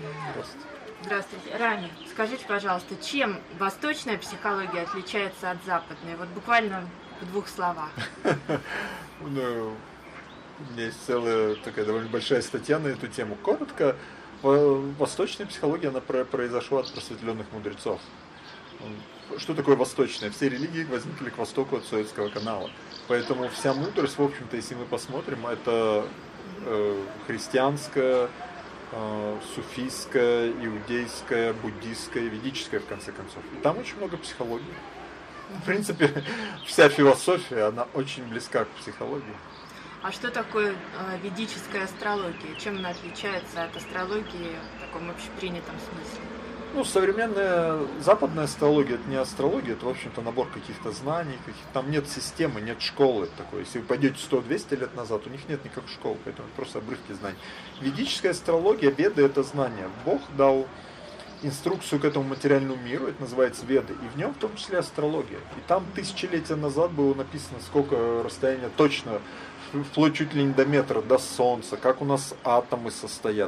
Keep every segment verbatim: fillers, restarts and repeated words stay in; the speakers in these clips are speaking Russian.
Здравствуйте. Здравствуйте. Рами, скажите, пожалуйста, чем восточная психология отличается от западной? Вот буквально в двух словах. Ну, у меня есть целая такая довольно большая статья на эту тему. Коротко, восточная психология, она произошла от просветленных мудрецов. Что такое восточная? Все религии возникли к востоку от Суэцкого канала. Поэтому вся мудрость, в общем-то, если мы посмотрим, это э, христианская, э, суфийская, иудейская, буддийская, ведическая, в конце концов. И там очень много психологии. В принципе, вся философия, она очень близка к психологии. А что такое э, ведическая астрология? Чем она отличается от астрологии в таком общепринятом смысле? Ну, современная западная астрология, это не астрология, это, в общем-то, набор каких-то знаний, каких там нет системы, нет школы такой. Если вы пойдете сто-двести лет назад, у них нет никакой школы, поэтому это просто обрывки знаний. Ведическая астрология, веды — это знание. Бог дал инструкцию к этому материальному миру, это называется веды, и в нем в том числе астрология. И там тысячелетия назад было написано, сколько расстояние точно, вплоть чуть ли не до метра, до Солнца, как у нас атомы состоят,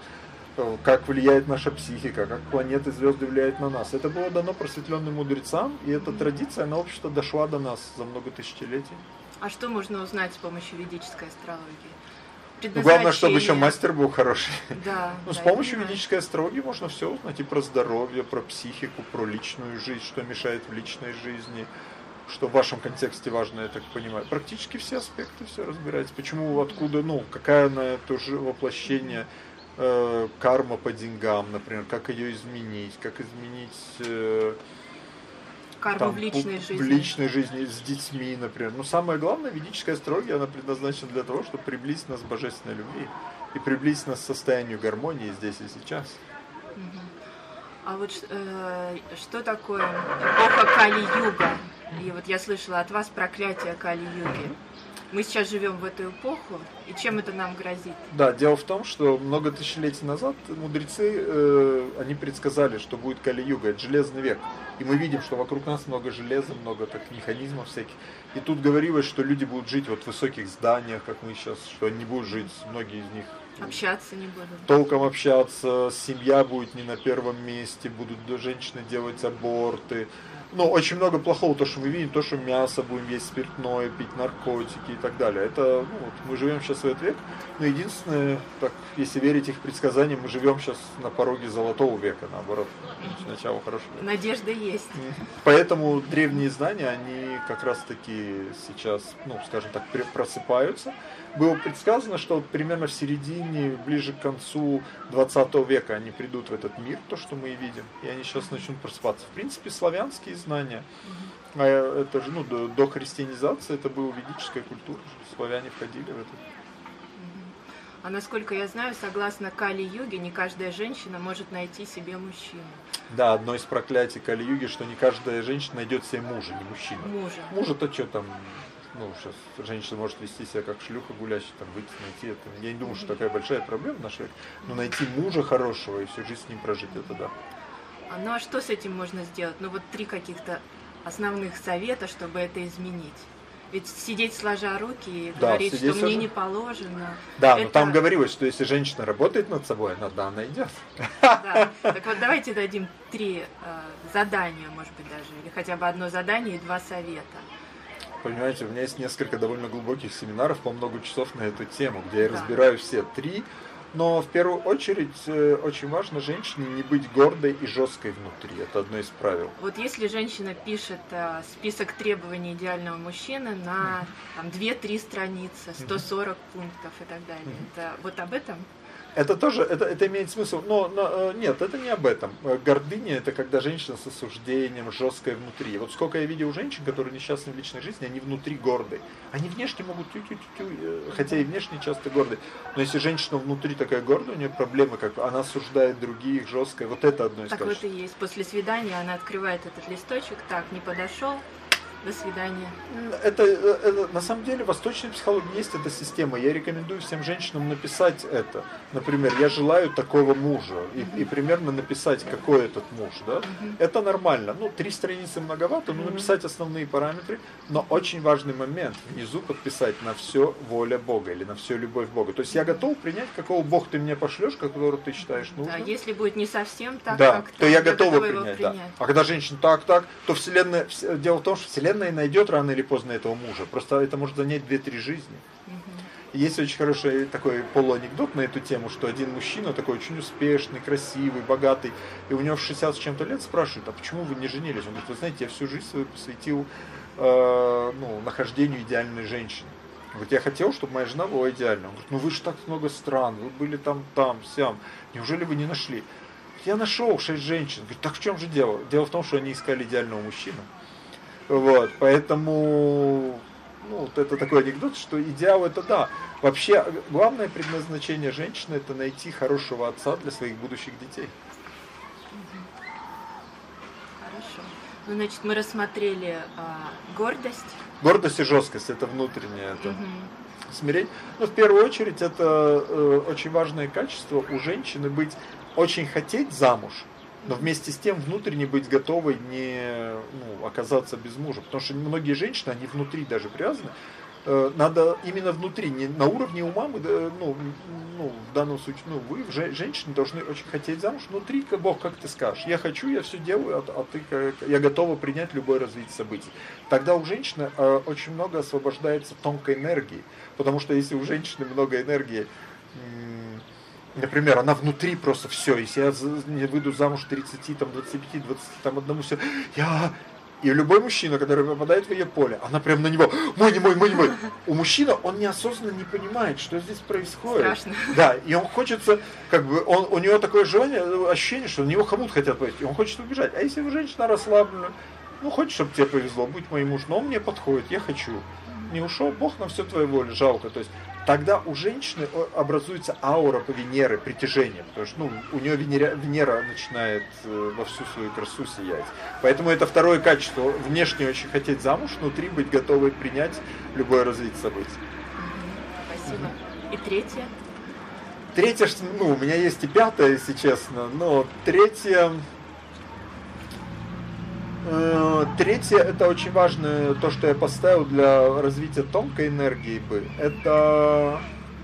как влияет наша психика, как планеты, звезды влияют на нас. Это было дано просветленным мудрецам, и эта традиция, она, в общем-то, дошла до нас за много тысячелетий. А что можно узнать с помощью ведической астрологии? Ну, главное, чтобы еще мастер был хороший. Да, ну, да, с помощью ведической астрологии можно все узнать и про здоровье, про психику, про личную жизнь, что мешает в личной жизни, что в вашем контексте важно, я так понимаю. Практически все аспекты все разбирается. Почему, откуда, ну, какая она это же воплощение, э, карма по деньгам, например, как ее изменить, как изменить... Э, карму там, в личной жизни. В личной жизни, с детьми, например. Но самое главное, ведическая астрология, она предназначена для того, чтобы приблизить нас к божественной любви и приблизить нас к состоянию гармонии здесь и сейчас. Угу. А вот э, что такое эпоха Кали-юга? И вот я слышала от вас проклятие Кали-юги. Мы сейчас живем в эту эпоху, и чем это нам грозит? Да, дело в том, что много тысячелетий назад мудрецы, э, они предсказали, что будет Кали-юга, это железный век. И мы видим, что вокруг нас много железа, много так, механизмов всяких. И тут говорилось, что люди будут жить вот в высоких зданиях, как мы сейчас, что они не будут жить, многие из них... Общаться не будут. Толком общаться, семья будет не на первом месте, будут женщины делать аборты. Ну, очень много плохого, то, что мы видим, то, что мясо будем есть, спиртное, пить наркотики и так далее. Это, ну, вот мы живем сейчас в этот век, но единственное, так, если верить их предсказаниям, мы живем сейчас на пороге золотого века, наоборот, начало хорошего. Надежда есть. Поэтому древние знания, они как раз-таки сейчас, ну, скажем так, просыпаются. Было предсказано, что примерно в середине, ближе к концу двадцатого века они придут в этот мир, то, что мы и видим, и они сейчас начнут просыпаться. В принципе, славянские знания, а это же, ну, до, до христианизации это была ведическая культура, славяне входили в это. А насколько я знаю, согласно Кали-юге, не каждая женщина может найти себе мужчину. Да, одно из проклятий Кали-юги, что не каждая женщина найдет себе мужа, не мужчину. Мужа. Мужа-то что там... Ну, сейчас женщина может вести себя как шлюха гулящая, там, выйти, найти это. Я не думаю, что такая большая проблема в наш век. Но найти мужа хорошего и всю жизнь с ним прожить, это да. А, ну а что с этим можно сделать? Ну вот три каких-то основных совета, чтобы это изменить. Ведь сидеть сложа руки и да, говорить, что сложа... мне не положено. Да, это... но там говорилось, что если женщина работает над собой, она, да, она идет. Да. Так вот давайте дадим три э, задания, может быть, даже. Или хотя бы одно задание и два совета. Понимаете, у меня есть несколько довольно глубоких семинаров по много часов на эту тему, где я да. разбираю все три. Но в первую очередь э, очень важно женщине не быть гордой и жесткой внутри. Это одно из правил. Вот если женщина пишет э, список требований идеального мужчины на там, две-три страницы, сто сорок пунктов и так далее, это вот об этом? Это тоже, это, это имеет смысл, но, но нет, это не об этом. Гордыня — это когда женщина с осуждением, жесткая внутри. Вот сколько я видел женщин, которые несчастны в личной жизни, они внутри гордые. Они внешне могут тю-тю-тю-тю, хотя и внешне часто гордые. Но если женщина внутри такая гордая, у нее проблемы, как она осуждает других, жесткая, вот это одно из так качеств. Так вот и есть. После свидания она открывает этот листочек, так, не подошел, до свидания. Это, это на самом деле в восточной психологии есть эта система. Я рекомендую всем женщинам написать это. Например, я желаю такого мужа. И, uh-huh. и примерно написать, какой этот муж. Да? Uh-huh. Это нормально. Ну, три страницы многовато, но uh-huh. написать основные параметры. Но очень важный момент. Внизу подписать на все воля Бога или на все любовь Бога. То есть я готов принять, какого Бог ты мне пошлешь, которого ты считаешь нужным. Да, если будет не совсем так, да, как то я готова принять. принять, принять. Да. А когда женщина так, так, то Вселенная... Дело в том, что Вселенная найдет рано или поздно этого мужа. Просто это может занять две-три жизни. Угу. Есть очень хороший такой полуанекдот на эту тему, что один мужчина такой очень успешный, красивый, богатый, и у него в шестьдесят с чем-то лет спрашивают, а почему вы не женились? Он говорит, вы знаете, я всю жизнь свою посвятил э, ну, нахождению идеальной женщины. Говорит, я хотел, чтобы моя жена была идеальной. Он говорит, ну вы же так много стран, вы были там, там, сям. Неужели вы не нашли? Я нашел шесть женщин. Говорит, так в чем же дело? Дело в том, что они искали идеального мужчину. Вот, поэтому, ну, вот это такой анекдот, что идеал это да. Вообще, главное предназначение женщины это найти хорошего отца для своих будущих детей. Хорошо. Ну, значит, мы рассмотрели а, гордость. Гордость и жесткость это внутреннее. Это. Угу. Смирение. Но в первую очередь это э, очень важное качество у женщины быть, очень хотеть замуж, но вместе с тем внутренне быть готовой не ну, оказаться без мужа. Потому что многие женщины, они внутри даже привязаны. Э, надо именно внутри, не на уровне ума, мы, ну, ну, в данном случае, ну, вы, женщины, должны очень хотеть замуж. Внутри, как Бог, как ты скажешь. Я хочу, я все делаю, а, а ты, как, я готова принять любое развитие событий. Тогда у женщины э, очень много освобождается тонкой энергии. Потому что если у женщины много энергии, например, она внутри просто все, если я не выйду замуж тридцати, там, двадцати пяти, двадцати одному, все, я... И любой мужчина, который попадает в ее поле, она прям на него, мой, не мой, мой, не мой. У мужчины, он неосознанно не понимает, что здесь происходит. Страшно. Да, и он хочется, как бы, он, у него такое желание, ощущение, что на него хомут хотят пойти, он хочет убежать. А если женщина расслаблена, ну, хочешь, чтобы тебе повезло, будь моим муж, но он мне подходит, я хочу. Не ушел, Бог на все твою волю, жалко. То есть тогда у женщины образуется аура по Венере, притяжение, потому что ну, у нее Венера, Венера начинает во всю свою красу сиять. Поэтому это второе качество. Внешне очень хотеть замуж, внутри быть готовой принять любое развитие событий. Спасибо. И третье? Третье, ну, у меня есть и пятое, если честно, но третье... Третье, это очень важно, то, что я поставил для развития тонкой энергии бы, это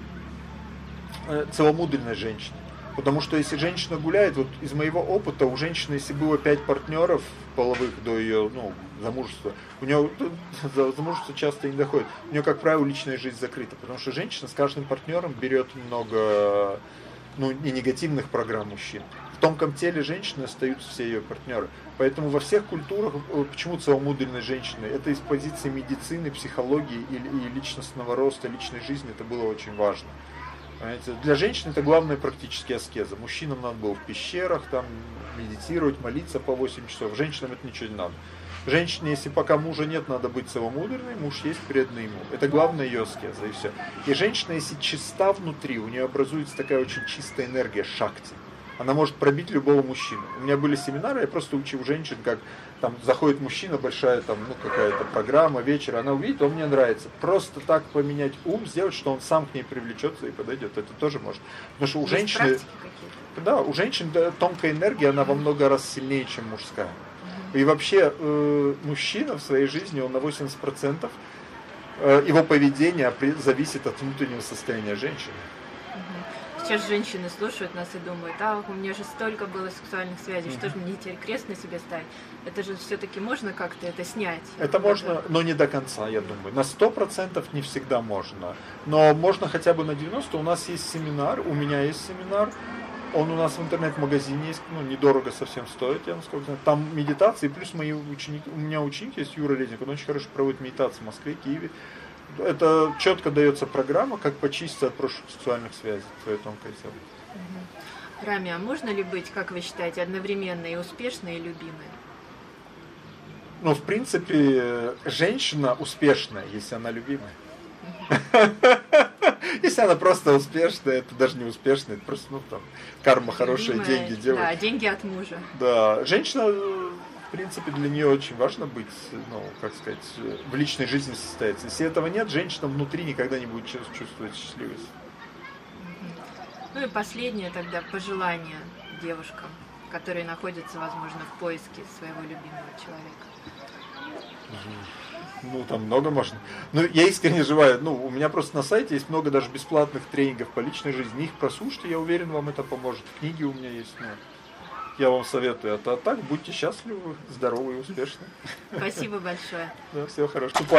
целомудренная женщина. Потому что если женщина гуляет, вот из моего опыта, у женщины, если было пять партнеров половых до ее ну, замужества, у нее замужество часто не доходит. У нее, как правило, личная жизнь закрыта. Потому что женщина с каждым партнером берет много ну, не негативных программ мужчин. В тонком теле женщины остаются все ее партнеры. Поэтому во всех культурах, почему целомудренные женщины, это из позиции медицины, психологии и, и личностного роста, личной жизни, это было очень важно. Понимаете? Для женщин это главная практически аскеза. Мужчинам надо было в пещерах там, медитировать, молиться по восемь часов. Женщинам это ничего не надо. Женщине, если пока мужа нет, надо быть целомудренной, муж есть преданный ему. Это главная ее аскеза, и все. И женщина, если чиста внутри, у нее образуется такая очень чистая энергия шакти. Она может пробить любого мужчину. У меня были семинары, я просто учил женщин, как там заходит мужчина, большая там, ну, какая-то программа, вечер, она увидит, он мне нравится. Просто так поменять ум, сделать, что он сам к ней привлечется и подойдет. Это тоже может. Потому что у Есть женщины... Да, у женщин да, тонкая энергия, она во много раз сильнее, чем мужская. И вообще э, мужчина в своей жизни, он на восемьдесят процентов э, его поведение зависит от внутреннего состояния женщины. Сейчас женщины слушают нас и думают, а у меня же столько было сексуальных связей, mm-hmm. что же мне теперь крест на себе ставить? Это же все-таки можно как-то это снять? Это можно, но не до конца, я думаю. На сто процентов не всегда можно. Но можно хотя бы на девяносто процентов. У нас есть семинар, у меня есть семинар. Он у нас в интернет-магазине есть, ну, недорого совсем стоит, я насколько знаю. Там медитации, плюс мои ученики, у меня ученик есть, Юра Резник, он очень хорошо проводит медитации в Москве, Киеве. Это четко дается программа, как почиститься от прошлых сексуальных связей, твое тонкое тело. Угу. Рами, а можно ли быть, как вы считаете, одновременно и успешной, и любимой? Ну, в принципе, женщина успешная, если она любимая. Если она просто успешная, это даже не успешная, это просто, ну, там, карма хорошая, деньги делает. Да, деньги от мужа. Да, женщина, в принципе, для нее очень важно быть, ну, как сказать, в личной жизни состояться. Если этого нет, женщина внутри никогда не будет чувствовать счастливость. Ну и последнее тогда пожелание девушкам, которые находятся, возможно, в поиске своего любимого человека. Ну, там много можно. Ну, я искренне желаю, ну, у меня просто на сайте есть много даже бесплатных тренингов по личной жизни. Их прослушайте, я уверен, вам это поможет. Книги у меня есть, ну, я вам советую. А так, будьте счастливы, здоровы и успешны. Спасибо большое. Да, всего хорошего.